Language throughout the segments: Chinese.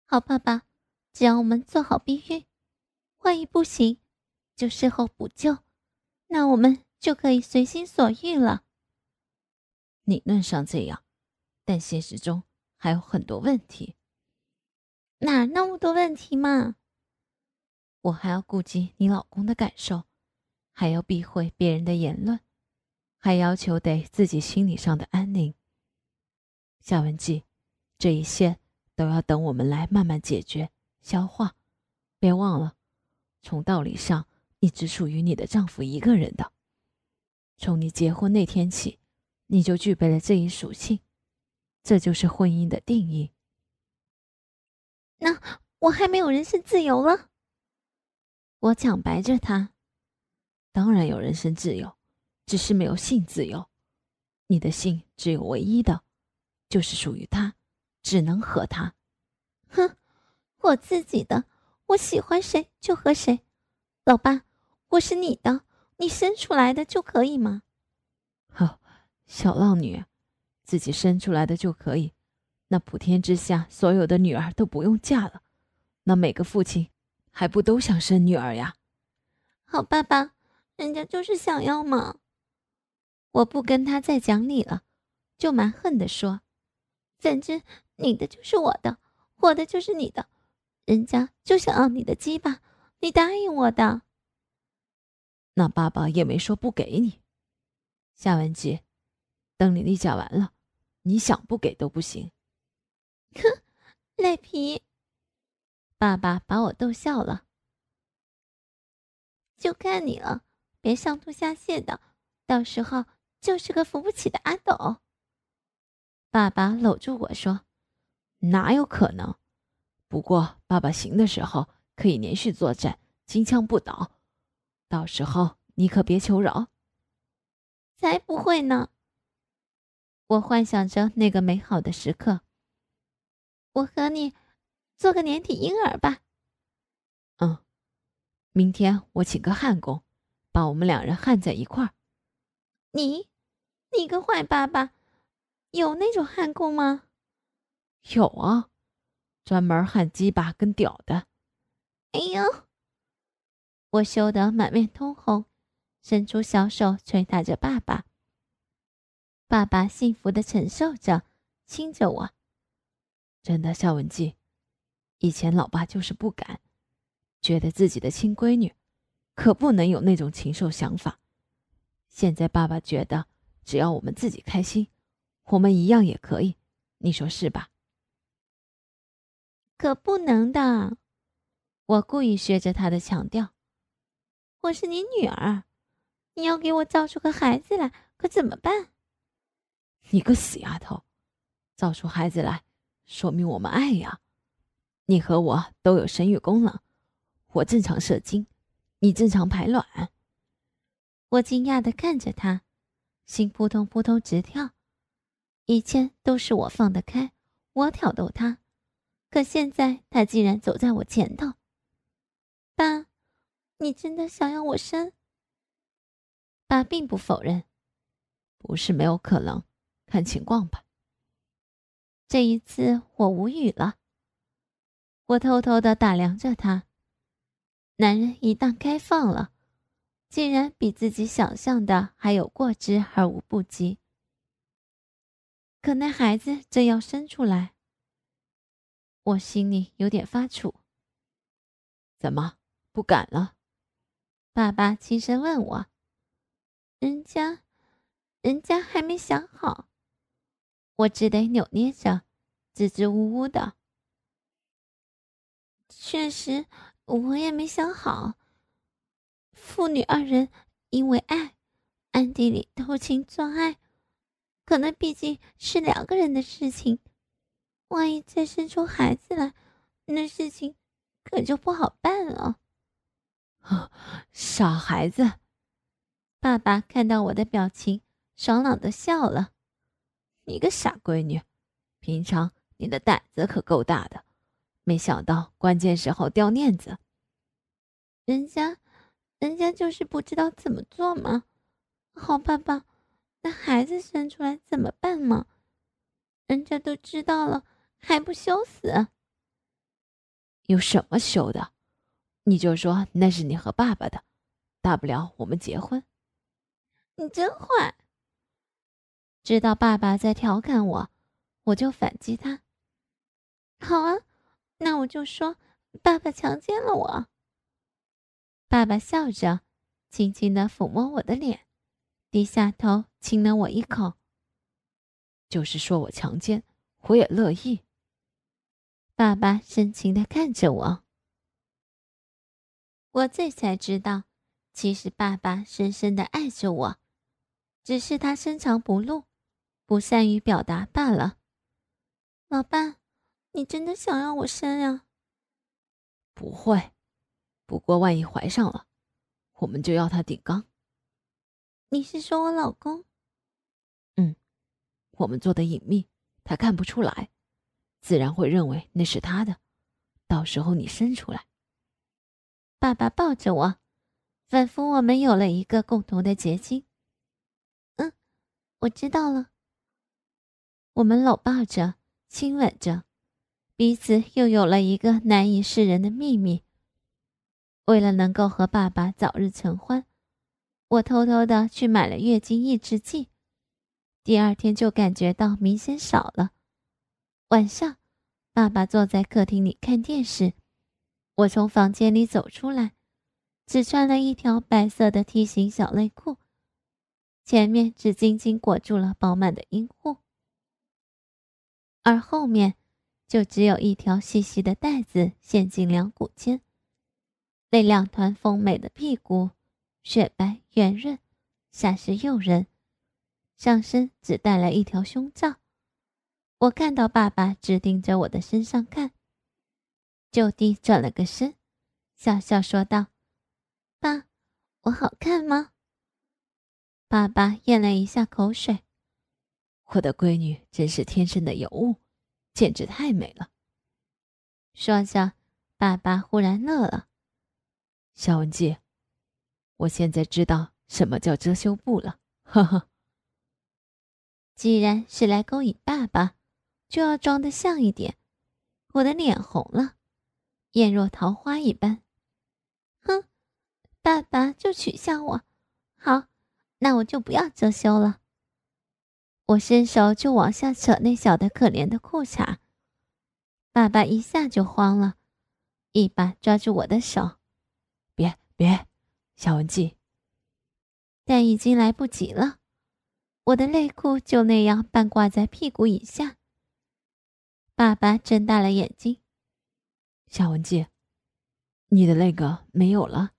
好爸爸，只要我们做好避孕，万一不行，就事后补救，那我们就可以随心所欲了。 理论上这样，但现实中还有很多问题。 哪那么多问题嘛？ 我还要顾及你老公的感受，还要避讳别人的言论，还要求得自己心理上的安宁。夏文姬，这一切都要等我们来慢慢解决消化。别忘了，从道理上你只属于你的丈夫一个人的，从你结婚那天起，你就具备了这一属性，这就是婚姻的定义。 那我还没有人身自由了？我抢白着他。 当然有人身自由，只是没有性自由。你的性只有唯一的，就是属于他，只能和他。 哼，我自己的，我喜欢谁就和谁。老爸，我是你的，你生出来的就可以吗？ 小浪女，自己生出来的就可以，那普天之下所有的女儿都不用嫁了，那每个父亲还不都想生女儿呀？ 好爸爸，人家就是想要嘛。我不跟他再讲理了，就蛮横地说，反正你的就是我的，我的就是你的，人家就想要你的鸡巴，你答应我的。 那爸爸也没说不给你。夏文姬，等你例假完了，你想不给都不行。 哼，赖皮。爸爸把我逗笑了。就看你了，别上吐下泻的，到时候就是个扶不起的阿斗。爸爸搂住我说， 哪有可能？不过爸爸行的时候可以连续作战，金枪不倒，到时候你可别求饶。 才不会呢。我幻想着那个美好的时刻。我和你做个连体婴儿吧。 明天我请个焊工，把我们两人焊在一块儿。 你个坏爸爸，有那种焊工吗？ 有啊，专门焊鸡巴跟屌的。 哎呦！我羞得满面通红，伸出小手捶打着爸爸。爸爸幸福地承受着，亲着我。 真的，夏文姬，以前老爸就是不敢，觉得自己的亲闺女可不能有那种禽兽想法。现在爸爸觉得，只要我们自己开心，我们一样也可以，你说是吧？ 可不能的。我故意学着他的强调，我是你女儿，你要给我造出个孩子来，可怎么办？ 你个死丫头，造出孩子来，说明我们爱呀。你和我都有生育功能，我正常射精，你正常排卵。 我惊讶地看着他，心扑通扑通直跳。以前都是我放得开，我挑逗他，可现在他竟然走在我前头。爸，你真的想要我生？爸并不否认， 不是没有可能，看情况吧。 这一次我无语了。我偷偷地打量着他，男人一旦开放了，竟然比自己想象的还有过之而无不及。可那孩子真要生出来，我心里有点发怵。 怎么不敢了？ 爸爸轻声问我。人家还没想好。我只得扭捏着，支支吾吾的。确实，我也没想好。父女二人因为爱，暗地里偷情做爱，可能毕竟是两个人的事情。万一再生出孩子来，那事情可就不好办了。 傻孩子。 爸爸看到我的表情，爽朗地笑了。 你个傻闺女，平常你的胆子可够大的，没想到关键时候掉链子。 人家就是不知道怎么做嘛。好爸爸，那孩子生出来怎么办嘛？人家都知道了，还不羞死？ 有什么羞的？你就说那是你和爸爸的，大不了我们结婚。 你真坏！ 知道爸爸在调侃我，我就反击他。 好啊，那我就说爸爸强奸了我。 爸爸笑着，轻轻地抚摸我的脸，低下头亲了我一口。就是说我强奸，我也乐意。爸爸深情地看着我。我这才知道，其实爸爸深深地爱着我，只是他深藏不露，不善于表达罢了。 老爸，你真的想要我生啊？ 不会，不过万一怀上了，我们就要他顶缸。 你是说我老公？ 我们做的隐秘，他看不出来，自然会认为那是他的，到时候你生出来。爸爸抱着我，仿佛我们有了一个共同的结晶。 我知道了。 我们搂抱着，亲吻着，彼此又有了一个难以示人的秘密。为了能够和爸爸早日成欢，我偷偷的去买了月经抑制剂。第二天就感觉到明显少了。晚上，爸爸坐在客厅里看电视，我从房间里走出来，只穿了一条白色的梯形小内裤，前面只紧紧裹住了饱满的阴户，而后面就只有一条细细的带子陷进两股间。那两团丰美的屁股，雪白圆润，煞是诱人。上身只戴了一条胸罩，我看到爸爸直盯着我的身上看，就地转了个身，笑笑说道：“ 爸，我好看吗？” 爸爸咽了一下口水：“我的闺女真是天生的尤物，简直太美了。”说着，爸爸忽然乐了：“小文姬，我现在知道什么叫遮羞布了，呵呵。”既然是来勾引爸爸，就要装得像一点。我的脸红了，艳若桃花一般。 哼，爸爸就取笑我。好，那我就不要遮羞了。 我伸手就往下扯那小得可怜的裤衩，爸爸一下就慌了，一把抓住我的手：“别，小文姬。”但已经来不及了。我的内裤就那样半挂在屁股以下。爸爸睁大了眼睛：“小文姬，你的那个没有了。”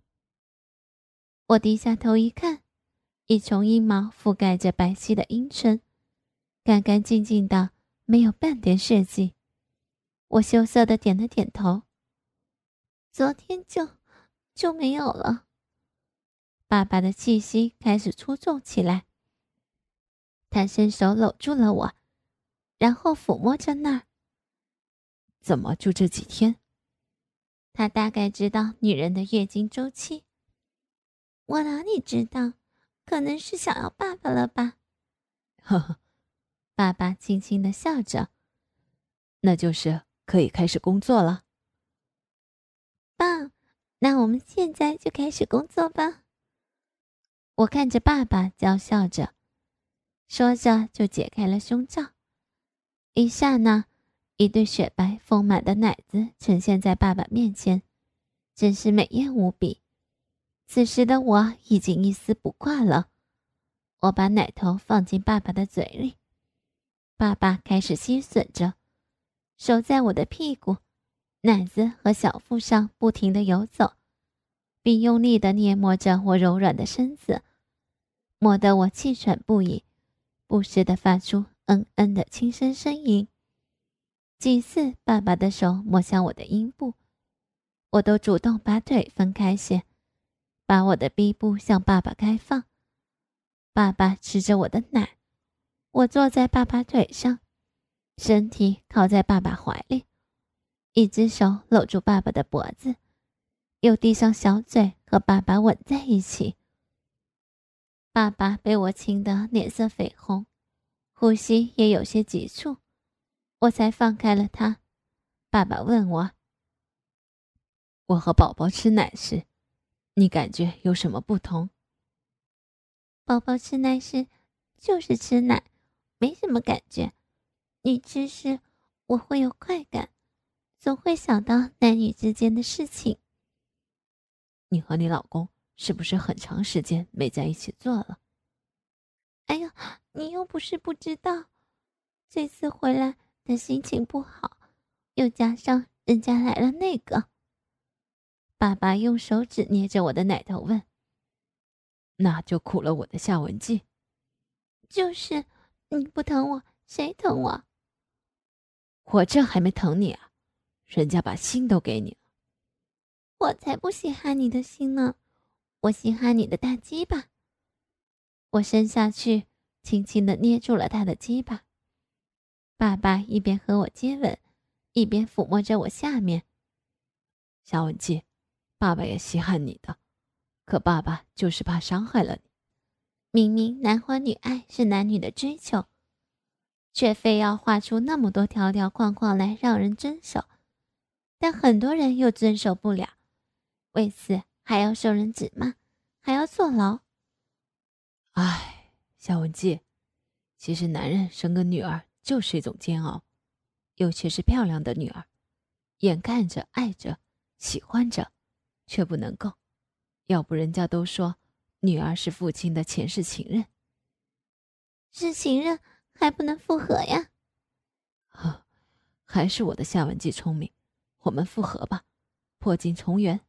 我低下头一看，一丛阴毛覆盖着白皙的阴唇，干干净净的，没有半点血迹。我羞涩地点了点头：“ 昨天就没有了。” 爸爸的气息开始粗重起来。他伸手搂住了我，然后抚摸着那儿。怎么就这几天？他大概知道女人的月经周期。 我哪里知道，可能是想要爸爸了吧。 呵呵，爸爸轻轻地笑着。那就是可以开始工作了。 爸，那我们现在就开始工作吧。 我看着爸爸娇笑着。说着就解开了胸罩，一刹那，一对雪白丰满的奶子呈现在爸爸面前，真是美艳无比。此时的我已经一丝不挂了，我把奶头放进爸爸的嘴里，爸爸开始吸吮着，手在我的屁股、奶子和小腹上不停地游走，并用力地捏摸着我柔软的身子，摸得我气喘不已，不时地发出嗯嗯的轻声呻吟。几次爸爸的手摸向我的阴部，我都主动把腿分开些，把我的逼部向爸爸开放。爸爸吃着我的奶，我坐在爸爸腿上，身体靠在爸爸怀里，一只手搂住爸爸的脖子，又递上小嘴和爸爸吻在一起。爸爸被我亲得脸色绯红，呼吸也有些急促，我才放开了他。爸爸问我：“ 我和宝宝吃奶时，你感觉有什么不同？ 宝宝吃奶时就是吃奶，没什么感觉。你吃时我会有快感，总会想到男女之间的事情。 你和你老公是不是很长时间没在一起做了？ 哎呀，你又不是不知道，这次回来的心情不好，又加上人家来了那个。爸爸用手指捏着我的奶头问： 那就苦了我的夏文季。 就是你不疼我，谁疼我？ 我这还没疼你啊，人家把心都给你了。 我才不稀罕你的心呢，我稀罕你的大鸡巴。我伸下去，轻轻地捏住了他的鸡巴。爸爸一边和我接吻，一边抚摸着我下面。 夏文季，爸爸也稀罕你的，可爸爸就是怕伤害了你。 明明男欢女爱是男女的追求，却非要画出那么多条条框框来让人遵守，但很多人又遵守不了，为此还要受人指骂，还要坐牢。 唉，夏文季，其实男人生个女儿就是一种煎熬，尤其是漂亮的女儿，眼看着、爱着、喜欢着，却不能够，要不人家都说女儿是父亲的前世情人。 是情人还不能复合呀？ 还是我的夏文季聪明，我们复合吧，破镜重圆。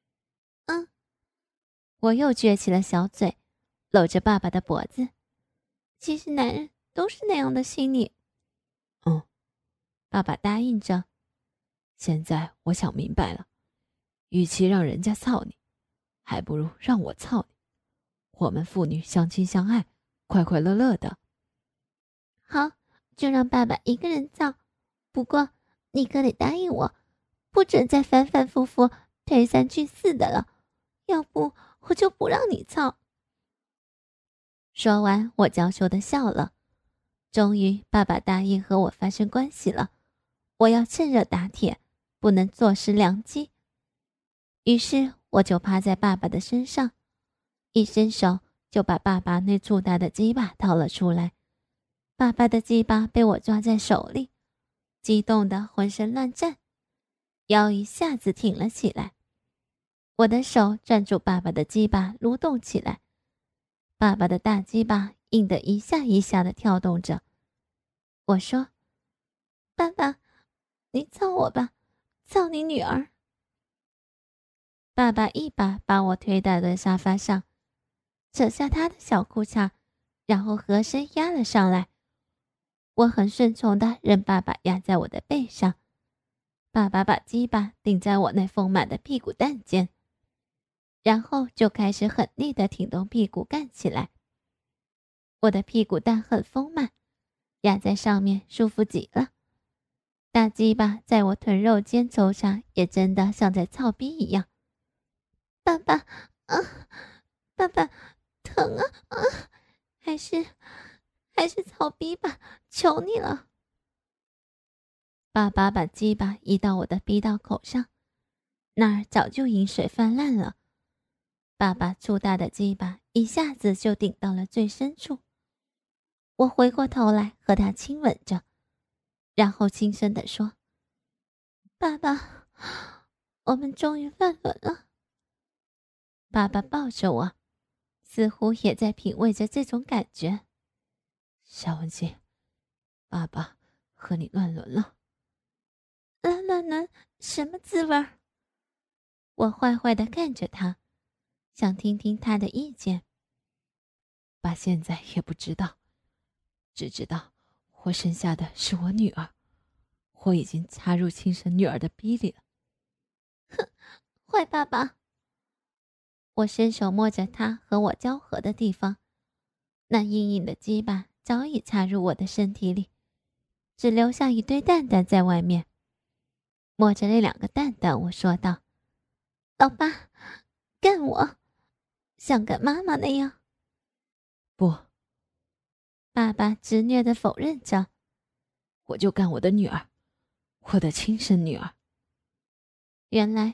我又撅起了小嘴，搂着爸爸的脖子。其实男人都是那样的心理。爸爸答应着。 现在我想明白了，与其让人家操你，还不如让我操你。我们父女相亲相爱，快快乐乐的。 好，就让爸爸一个人造。不过你可得答应我，不准再反反复复推三拒四的了，要不我就不让你操。说完，我娇羞地笑了。终于，爸爸答应和我发生关系了。我要趁热打铁，不能坐失良机。于是，我就趴在爸爸的身上，一伸手就把爸爸那粗大的鸡巴掏了出来。爸爸的鸡巴被我抓在手里，激动得浑身乱颤，腰一下子挺了起来。我的手攥住爸爸的鸡巴，蠕动起来。爸爸的大鸡巴硬得一下一下地跳动着。我说：“爸爸，你操我吧，操你女儿。”爸爸一把把我推到了沙发上，扯下他的小裤衩，然后合身压了上来。我很顺从地任爸爸压在我的背上。爸爸把鸡巴顶在我那丰满的屁股蛋间，然后就开始狠力地挺动屁股干起来。我的屁股蛋很丰满，压在上面舒服极了。大鸡巴在我臀肉间抽插，也真的像在操逼一样。爸爸，爸爸，疼啊！还是操逼吧，求你了。爸爸把鸡巴移到我的逼道口上，那儿早就饮水泛滥了。爸爸粗大的鸡巴一下子就顶到了最深处。我回过头来和他亲吻着，然后轻声地说：“爸爸，我们终于乱伦了。”爸爸抱着我，似乎也在品味着这种感觉。 夏文季，爸爸和你乱伦了。 乱伦什么滋味？我坏坏地看着他，想听听他的意见。 爸现在也不知道，只知道我生下的是我女儿，我已经插入亲生女儿的逼里了。 哼，坏爸爸！我伸手摸着他和我交合的地方，那硬硬的鸡巴早已插入我的身体里，只留下一堆蛋蛋在外面。摸着那2个蛋蛋，我说道：“老爸，干我，像干妈妈那样。” 不， 爸爸执拗地否认着。 我就干我的女儿，我的亲生女儿。 原来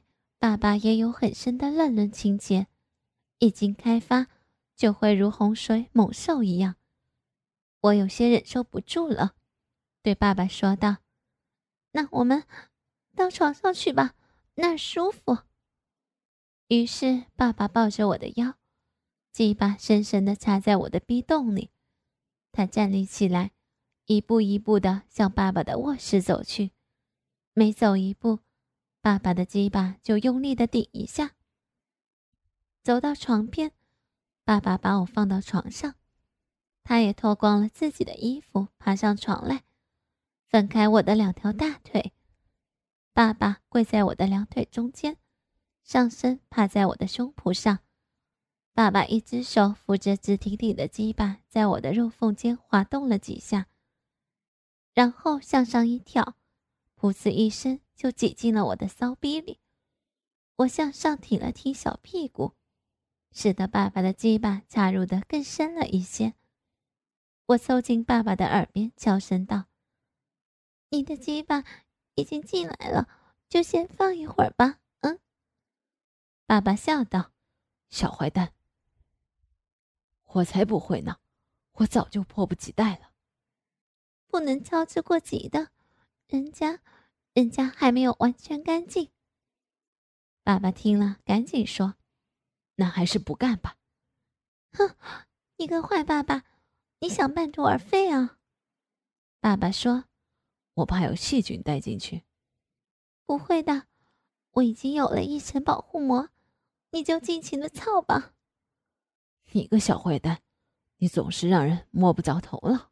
爸爸也有很深的乱伦情节，一经开发就会如洪水猛兽一样。我有些忍受不住了，对爸爸说道：“那我们到床上去吧，那儿舒服。”于是爸爸抱着我的腰，鸡巴深深地插在我的逼洞里。他站立起来，一步一步地向爸爸的卧室走去。每走一步，爸爸的鸡巴就用力地顶一下。走到床边，爸爸把我放到床上，他也脱光了自己的衣服，爬上床来，分开我的2条大腿。爸爸跪在我的2腿中间，上身趴在我的胸脯上。爸爸一只手扶着直挺挺的鸡巴，在我的肉缝间滑动了几下，然后向上一挑，噗呲一声就挤进了我的骚逼里。我向上挺了挺小屁股，使得爸爸的鸡巴插入得更深了一些。我凑近爸爸的耳边悄声道：“你的鸡巴已经进来了，就先放一会儿吧。”爸爸笑道：“ 小坏蛋，我才不会呢，我早就迫不及待了。”“ 不能操之过急的，人家还没有完全干净。”爸爸听了赶紧说：“ 那还是不干吧。”“ 哼，你个坏爸爸，你想半途而废啊？”爸爸说：“ 我怕有细菌带进去。”“ 不会的，我已经有了一层保护膜，你就尽情的操吧。”“ 你个小坏蛋，你总是让人摸不着头脑。”“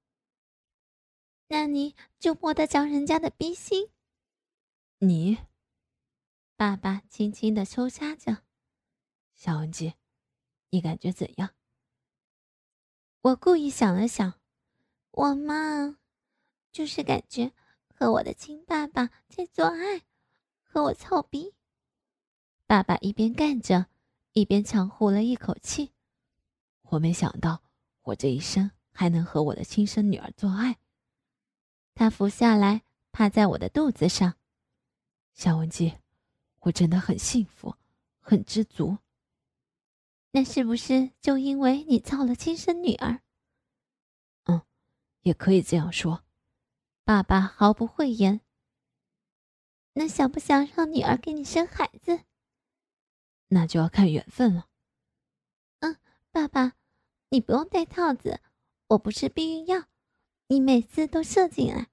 那你就摸得着人家的逼心。”“ 你。” 爸爸轻轻地抽插着。 “小文姬，你感觉怎样？” 我故意想了想，我嘛，就是感觉和我的亲爸爸在做爱，和我操逼。爸爸一边干着，一边长呼了一口气。 “我没想到我这一生还能和我的亲生女儿做爱。” 他伏下来，趴在我的肚子上。 “小文姬，我真的很幸福，很知足。”“ 那是不是就因为你操了亲生女儿？”“ 也可以这样说。” 爸爸毫不讳言。“那想不想让女儿给你生孩子？”“ 那就要看缘分了。”“ 爸爸，你不用戴套子，我不是避孕药，你每次都射进来。”“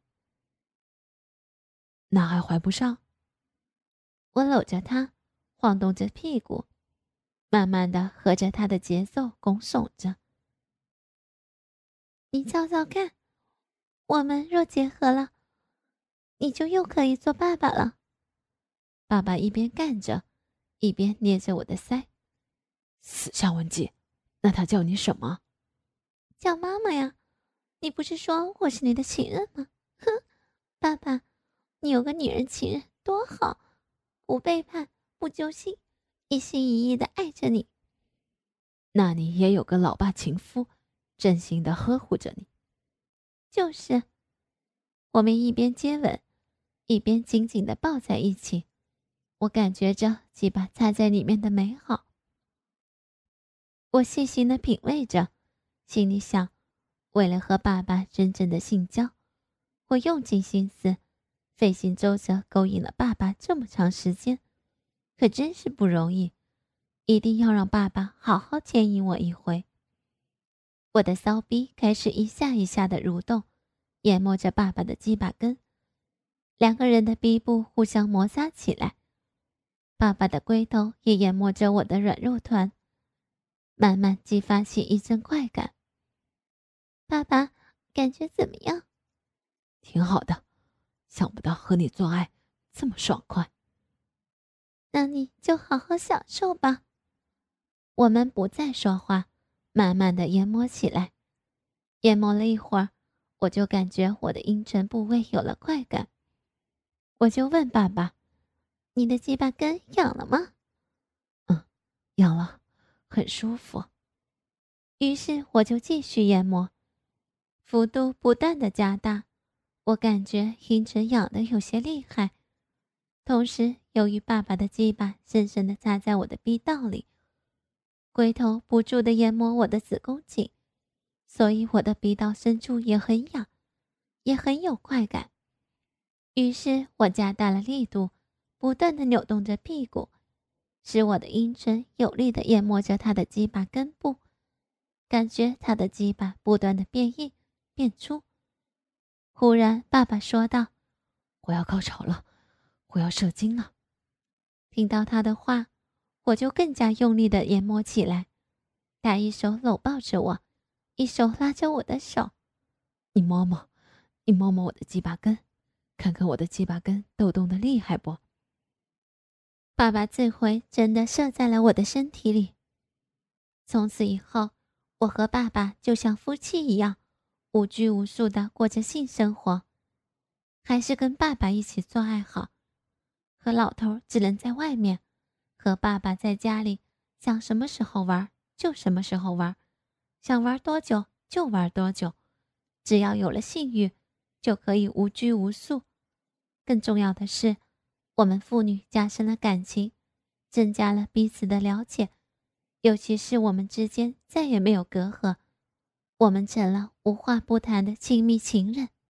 那还怀不上？” 我搂着他，晃动着屁股，慢慢的合着他的节奏拱耸着。“你操操看，我们若结合了，你就又可以做爸爸了。”爸爸一边干着，一边捏着我的腮。 “死夏文姬，那他叫你什么？”“ 叫妈妈呀，你不是说我是你的情人吗？”“哼，爸爸，你有个女人情人多好，不背叛，不揪心，一心一意的爱着你。”“ 那你也有个老爸情夫，真心的呵护着你。”“ 就是。”我们一边接吻，一边紧紧的抱在一起。我感觉着鸡巴插在里面的美好。我细心的品味着，心里想，为了和爸爸真正的性交，我用尽心思，费尽周折勾引了爸爸这么长时间，可真是不容易，一定要让爸爸好好牵引我一回。我的骚逼开始一下一下的蠕动，淹没着爸爸的鸡巴根，两个人的逼部互相摩擦起来，爸爸的龟头也淹没着我的软肉团，慢慢激发起一阵快感。“爸爸，感觉怎么样？”“ 挺好的，想不到和你做爱这么爽快。”“ 那你就好好享受吧。”我们不再说话，慢慢的研磨起来。研磨了一会儿，我就感觉我的阴唇部位有了快感。我就问爸爸：“你的鸡巴根痒了吗？”“ 痒了，很舒服。” 于是我就继续研磨，幅度不断的加大。我感觉阴唇痒得有些厉害， 同时由于爸爸的鸡巴深深地插在我的逼道里，龟头不住地研磨我的子宫颈，所以我的逼道深处也很痒，也很有快感。于是我加大了力度，不断地扭动着屁股，使我的阴唇有力地研磨着他的鸡巴根部，感觉他的鸡巴不断地变硬变粗。忽然爸爸说道：“ 我要高潮了，我要射精了。” 听到他的话，我就更加用力地研磨起来。他一手搂抱着我，一手拉着我的手。 你摸摸我的鸡巴根，看看我的鸡巴根抖动的厉害不？ 爸爸这回真的射在了我的身体里。从此以后，我和爸爸就像夫妻一样，无拘无束地过着性生活。还是跟爸爸一起做爱好，和老头只能在外面，和爸爸在家里，想什么时候玩就什么时候玩，想玩多久就玩多久，只要有了性欲，就可以无拘无束。更重要的是，我们父女加深了感情，增加了彼此的了解，尤其是我们之间再也没有隔阂，我们成了无话不谈的亲密情人。